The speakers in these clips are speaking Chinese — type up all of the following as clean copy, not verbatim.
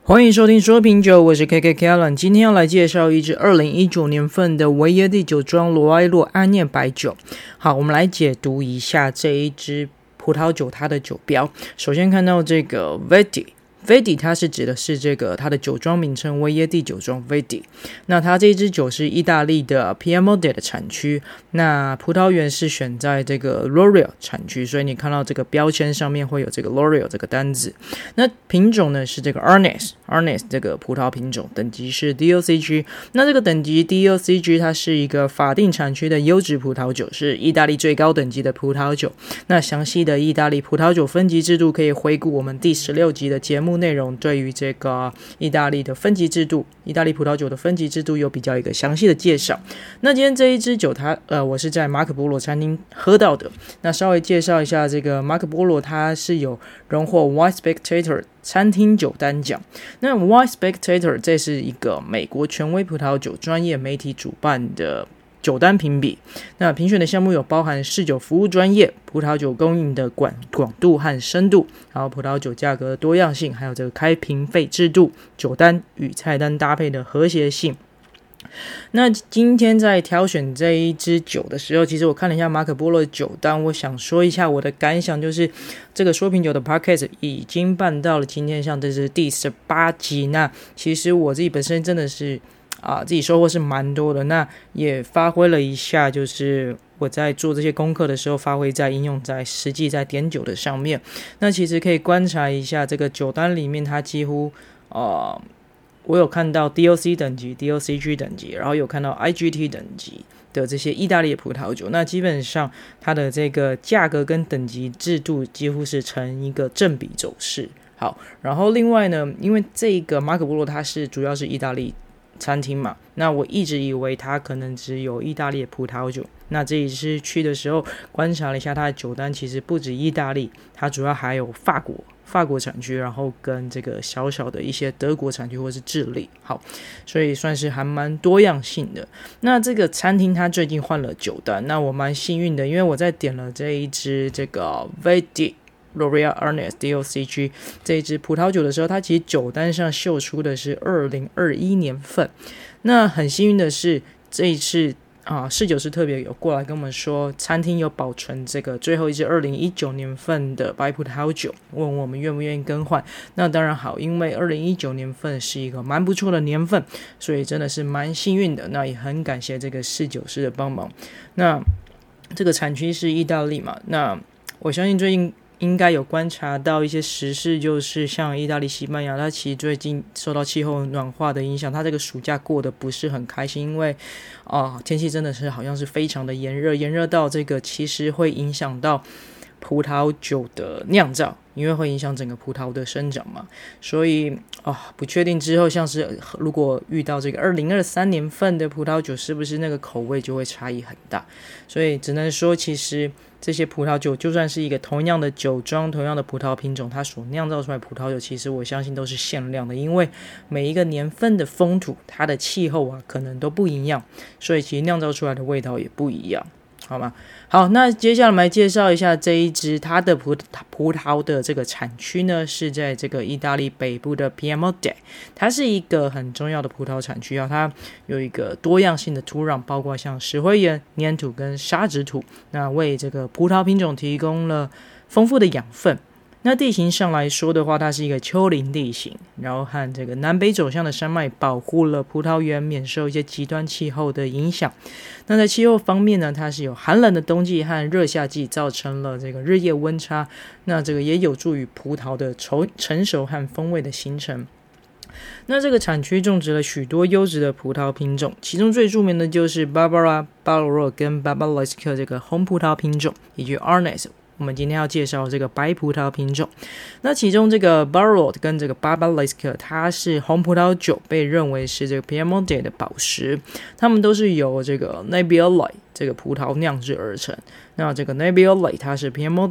欢迎收听说品酒，我是 KK Kellen。今天要来介绍一支2019年份的维耶蒂酒庄罗埃洛安念白酒。好，我们来解读一下这一支葡萄酒它的酒标。首先看到这个 Vedi， 它是指的是这个它的酒庄名称维耶蒂酒庄 Vedi。那它这支酒是意大利的 Piemonte 的产区，那葡萄园是选在这个 Laurio 产区，所以你看到这个标签上面会有这个 Laurio 这个单字。那品种呢是这个 Arnes 这个葡萄品种，等级是 DOCG。那这个等级 DOCG 它是一个法定产区的优质葡萄酒，是意大利最高等级的葡萄酒。那详细的意大利葡萄酒分级制度可以回顾我们第16集的节目内容，对于这个意大利的分级制度，意大利葡萄酒的分级制度有比较一个详细的介绍。那今天这一支酒我是在马可波罗餐厅喝到的。那稍微介绍一下这个马可波罗，它是有荣获 Wine Spectator 餐厅酒单奖。那 Wine Spectator 这是一个美国权威葡萄酒专业媒体主办的酒单评比。那评选的项目有包含侍酒服务专业、葡萄酒供应的广度和深度，然后葡萄酒价格的多样性，还有这个开瓶费制度、酒单与菜单搭配的和谐性。那今天在挑选这一支酒的时候，其实我看了一下马可波罗的酒单，我想说一下我的感想，就是这个说品酒的 podcast 已经办到了今天像这是第18集。那其实我自己本身真的是自己收获是蛮多的，那也发挥了一下，就是我在做这些功课的时候发挥在应用在实际在点酒的上面。那其实可以观察一下这个酒单里面，它几乎我有看到 DOC 等级 DOCG 等级，然后有看到 IGT 等级的这些意大利的葡萄酒，那基本上它的这个价格跟等级制度几乎是呈一个正比走势。好，然后另外呢，因为这个马可波罗它是主要是意大利餐厅嘛，那我一直以为它可能只有意大利的葡萄酒。那这一次去的时候观察了一下它的酒单，其实不止意大利，它主要还有法国产区，然后跟这个小小的一些德国产区或是智利。好，所以算是还蛮多样性的。那这个餐厅它最近换了酒单，那我蛮幸运的，因为我在点了这一支这个 Vedi Laurio Arnes DOCG 这一支葡萄酒的时候，它其实酒单上秀出的是2021年份。那很幸运的是，这一次侍酒师特别有过来跟我们说，餐厅有保存这个最后一支2019年份的白葡萄酒，问我们愿不愿意更换。那当然好，因为2019年份是一个蛮不错的年份，所以真的是蛮幸运的。那也很感谢这个侍酒师的帮忙。那这个产区是意大利嘛，那我相信最近应该有观察到一些时事，就是像意大利、西班牙，它其实最近受到气候暖化的影响，它这个暑假过得不是很开心，因为天气真的是好像是非常的炎热到这个其实会影响到葡萄酒的酿造，因为会影响整个葡萄的生长嘛，所以不确定之后像是如果遇到这个2023年份的葡萄酒，是不是那个口味就会差异很大。所以只能说其实这些葡萄酒就算是一个同样的酒庄、同样的葡萄品种，它所酿造出来的葡萄酒其实我相信都是限量的，因为每一个年份的风土它的气候可能都不一样，所以其实酿造出来的味道也不一样，好吗？好，那接下来我们来介绍一下这一支它的葡萄的这个产区呢，是在这个意大利北部的 Piemonte， 它是一个很重要的葡萄产区它有一个多样性的土壤，包括像石灰岩、粘土跟沙质土，那为这个葡萄品种提供了丰富的养分。那地形上来说的话，它是一个丘陵地形，然后和这个南北走向的山脉保护了葡萄园免受一些极端气候的影响。那在气候方面呢，它是有寒冷的冬季和热夏季，造成了这个日夜温差，那这个也有助于葡萄的成熟和风味的形成。那这个产区种植了许多优质的葡萄品种，其中最著名的就是 Barbera、Barolo 跟 Babaloisk 这个红葡萄品种，以及 Arnes我们今天要介绍这个白葡萄品种。那其中这个 Barolo 跟这个 Babaloisk 它是红葡萄酒，被认为是这个 Piemonte 的宝石，它们都是由这个 Nebbiolo 这个葡萄酿制而成。那这个 Nebbiolo 它是 Piemonte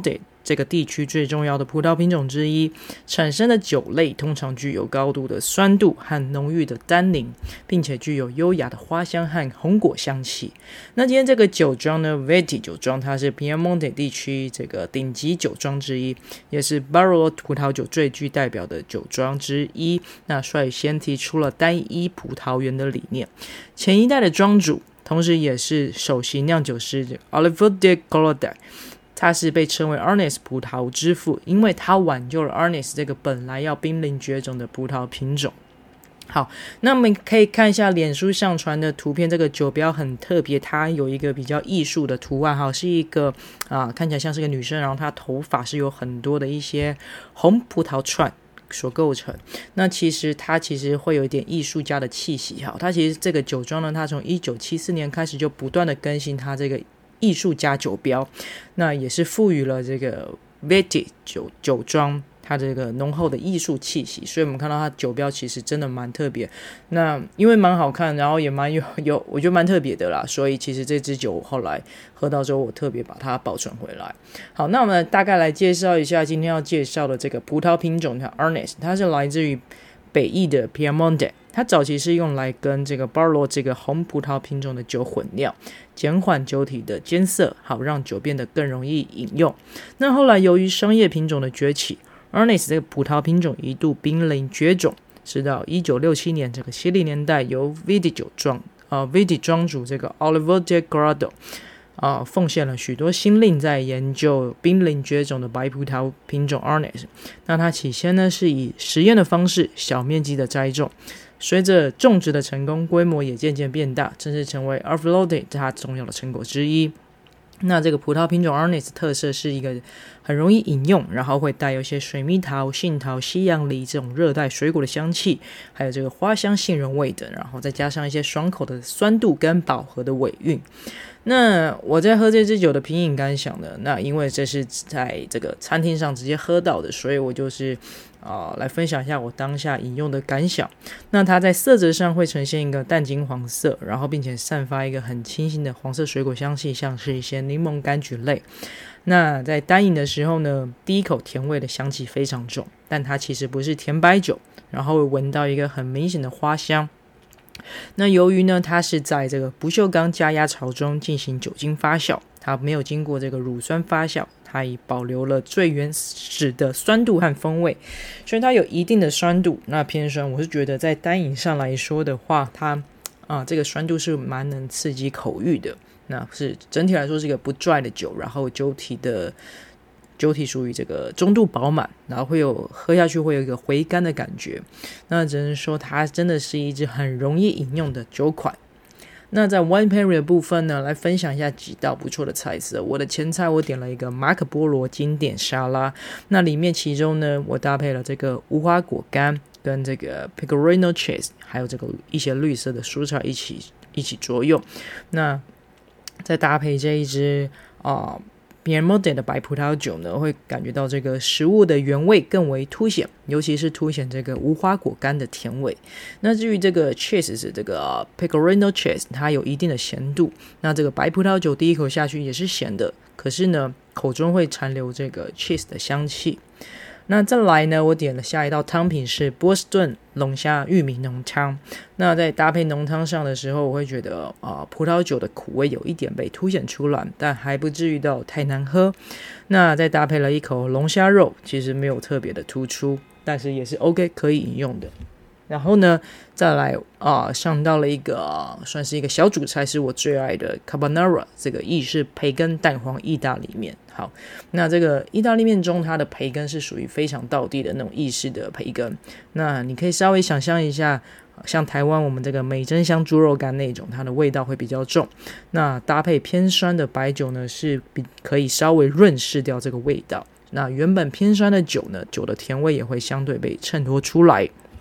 这个地区最重要的葡萄品种之一，产生的酒类通常具有高度的酸度和浓郁的单宁，并且具有优雅的花香和红果香气。那今天这个酒庄呢 Veti 酒庄，它是 Piemonte 地区这个顶级酒庄之一，也是 Barolo 葡萄酒最具代表的酒庄之一。那率先提出了单一葡萄园的理念，前一代的庄主同时也是首席酿酒师 Oliver de Colodai， 他是被称为 Arnes 葡萄之父，因为他挽救了 Arnes 这个本来要濒临绝种的葡萄品种。好，那我们可以看一下脸书上传的图片，这个酒标很特别，它有一个比较艺术的图案，是一个看起来像是个女生，然后她头发是有很多的一些红葡萄串所构成。那它其实会有一点艺术家的气息。它其实这个酒庄呢，它从1974年开始就不断的更新它这个艺术家酒标，那也是赋予了这个 Veti 酒庄它这个浓厚的艺术气息，所以我们看到它酒标其实真的蛮特别。那因为蛮好看，然后也蛮有我觉得蛮特别的啦，所以其实这支酒后来喝到之后，我特别把它保存回来。好，那我们大概来介绍一下今天要介绍的这个葡萄品种叫 Arnes， 它是来自于北意的 Piemonte， 它早期是用来跟这个 Barolo 这个红葡萄品种的酒混酿，减缓酒体的艰涩，好让酒变得更容易饮用。那后来由于商业品种的崛起，Arnes 这个葡萄品种一度濒临绝种，直到1967年这个70年代，由 Veti 庄主这个 Oliver de Grado奉献了许多心力在研究濒临绝种的白葡萄品种 Arnes。 那它起先呢是以实验的方式小面积的栽种，随着种植的成功，规模也渐渐变大，正式成为 Alflode 它重要的成果之一。那这个葡萄品种 Arnes 特色是一个很容易饮用，然后会带有一些水蜜桃、杏桃、西洋梨这种热带水果的香气，还有这个花香杏仁味的，然后再加上一些爽口的酸度跟饱和的尾韵。那我在喝这支酒的品饮感想呢，那因为这是在这个餐厅上直接喝到的，所以我就是来分享一下我当下饮用的感想。那它在色泽上会呈现一个淡金黄色，然后并且散发一个很清新的黄色水果香气，像是一些柠檬柑橘类。那在单饮的时候呢，第一口甜味的香气非常重，但它其实不是甜白酒，然后会闻到一个很明显的花香。那由于呢它是在这个不锈钢加压槽中进行酒精发酵，它没有经过这个乳酸发酵，它已保留了最原始的酸度和风味，所以它有一定的酸度。那偏酸，我是觉得在单饮上来说的话，它这个酸度是蛮能刺激口欲的。那是整体来说是一个不 dry 的酒，然后酒体属于这个中度饱满，然后喝下去会有一个回甘的感觉。那只能说它真的是一支很容易饮用的酒款。那在 wine pairing 的部分呢，来分享一下几道不错的菜色。我的前菜我点了一个马可波罗经典沙拉，那里面其中呢我搭配了这个无花果干跟这个 pecorino cheese， 还有这个一些绿色的蔬菜一起着用。那再搭配这一支Piemonte 的白葡萄酒呢，会感觉到这个食物的原味更为凸显，尤其是凸显这个无花果干的甜味。那至于这个 cheese 是这个pecorino cheese， 它有一定的咸度。那这个白葡萄酒第一口下去也是咸的，可是呢口中会残留这个 cheese 的香气。那再来呢，我点了下一道汤品是波士顿龙虾玉米浓汤。那在搭配浓汤上的时候，我会觉得葡萄酒的苦味有一点被凸显出来，但还不至于到太难喝。那再搭配了一口龙虾肉，其实没有特别的突出，但是也是 OK 可以饮用的。然后呢再来上到了一个算是一个小主菜，是我最爱的 carbonara， 这个意式培根蛋黄意大利面。好，那这个意大利面中它的培根是属于非常道地的那种意式的培根，那你可以稍微想象一下，像台湾我们这个美珍香猪肉干那种，它的味道会比较重，那搭配偏酸的白酒呢，是可以稍微润饰掉这个味道。那原本偏酸的酒呢，酒的甜味也会相对被衬托出来。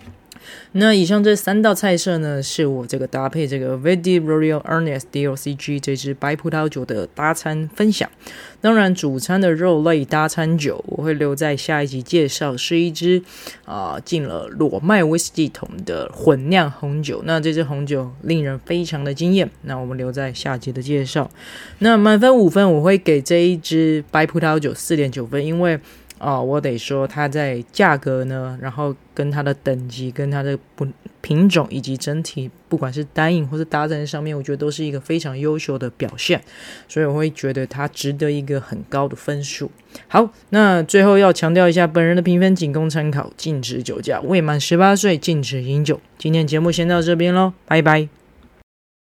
那以上这3道菜色呢，是我这个搭配这个 Verde Royal Ernest DOCG 这支白葡萄酒的搭餐分享。当然主餐的肉类搭餐酒我会留在下一集介绍，是一支进了裸麦威士忌桶的混酿红酒。那这支红酒令人非常的惊艳，那我们留在下集的介绍。那满分5分我会给这一支白葡萄酒 4.9 分，因为我得说它在价格呢，然后跟它的等级跟它的品种以及整体不管是单饮或是搭餐上面，我觉得都是一个非常优秀的表现，所以我会觉得它值得一个很高的分数。好，那最后要强调一下，本人的评分仅供参考，禁止酒驾，未满18岁禁止饮酒。今天节目先到这边咯，拜拜。